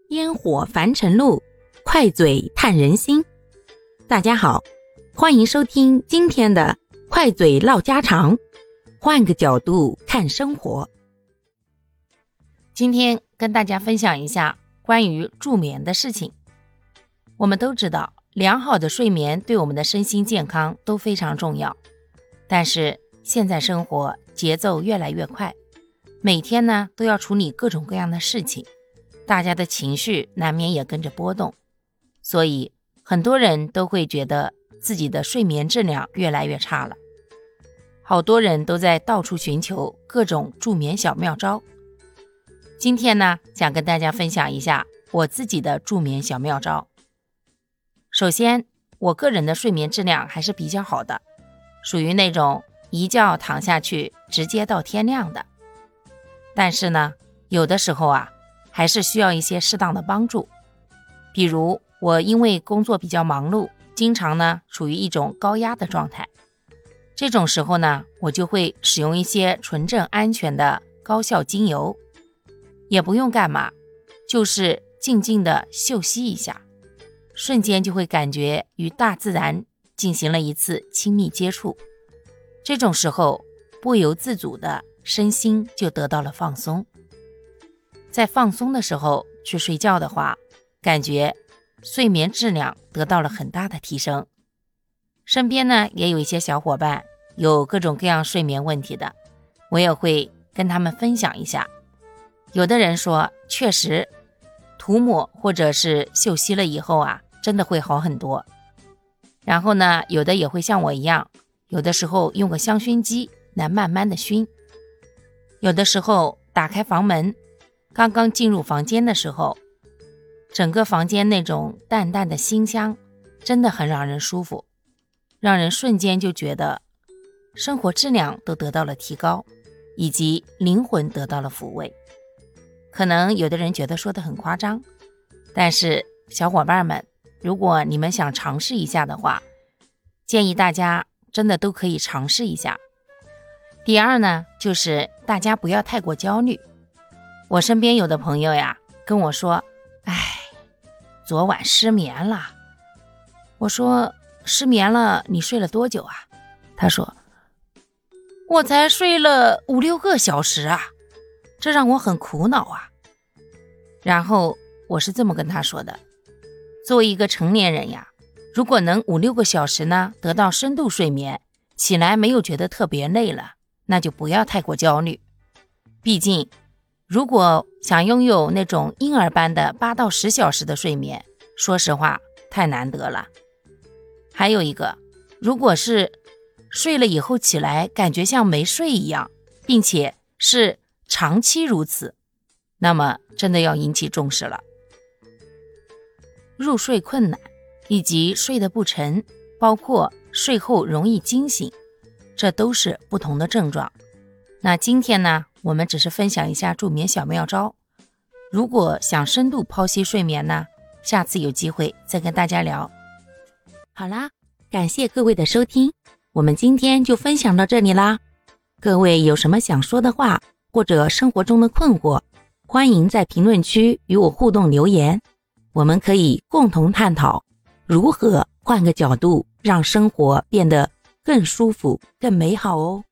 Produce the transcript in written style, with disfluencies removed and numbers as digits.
烟火凡尘路，快嘴探人心。大家好，欢迎收听今天的快嘴唠家常，换个角度看生活。今天跟大家分享一下关于助眠的事情。我们都知道，良好的睡眠对我们的身心健康都非常重要。但是现在生活节奏越来越快，每天呢都要处理各种各样的事情，大家的情绪难免也跟着波动，所以很多人都会觉得自己的睡眠质量越来越差了。好多人都在到处寻求各种助眠小妙招。今天呢，想跟大家分享一下我自己的助眠小妙招。首先，我个人的睡眠质量还是比较好的，属于那种一觉躺下去直接到天亮的。但是呢，有的时候啊，还是需要一些适当的帮助。比如我因为工作比较忙碌，经常呢处于一种高压的状态，这种时候呢，我就会使用一些纯正安全的高效精油，也不用干嘛，就是静静的嗅吸一下，瞬间就会感觉与大自然进行了一次亲密接触。这种时候不由自主的身心就得到了放松。在放松的时候去睡觉的话，感觉睡眠质量得到了很大的提升。身边呢也有一些小伙伴有各种各样睡眠问题的，我也会跟他们分享一下。有的人说确实涂抹或者是嗅吸了以后啊，真的会好很多。然后呢，有的也会像我一样，有的时候用个香薰机来慢慢的熏，有的时候打开房门，刚刚进入房间的时候，整个房间那种淡淡的馨香真的很让人舒服，让人瞬间就觉得生活质量都得到了提高，以及灵魂得到了抚慰。可能有的人觉得说得很夸张，但是小伙伴们，如果你们想尝试一下的话，建议大家真的都可以尝试一下。第二呢，就是大家不要太过焦虑。我身边有的朋友呀跟我说，昨晚失眠了。我说失眠了，你睡了多久啊？他说我才睡了5-6个小时啊，这让我很苦恼啊。然后我是这么跟他说的，作为一个成年人呀，如果能5-6个小时呢得到深度睡眠，起来没有觉得特别累了，那就不要太过焦虑。毕竟如果想拥有那种婴儿般的8到10小时的睡眠，说实话太难得了。还有一个，如果是睡了以后起来感觉像没睡一样，并且是长期如此，那么真的要引起重视了。入睡困难以及睡得不沉，包括睡后容易惊醒，这都是不同的症状。那今天呢，我们只是分享一下助眠小妙招。如果想深度剖析睡眠呢，下次有机会再跟大家聊。好啦，感谢各位的收听，我们今天就分享到这里啦。各位有什么想说的话，或者生活中的困惑，欢迎在评论区与我互动留言，我们可以共同探讨如何换个角度让生活变得更舒服、更美好哦。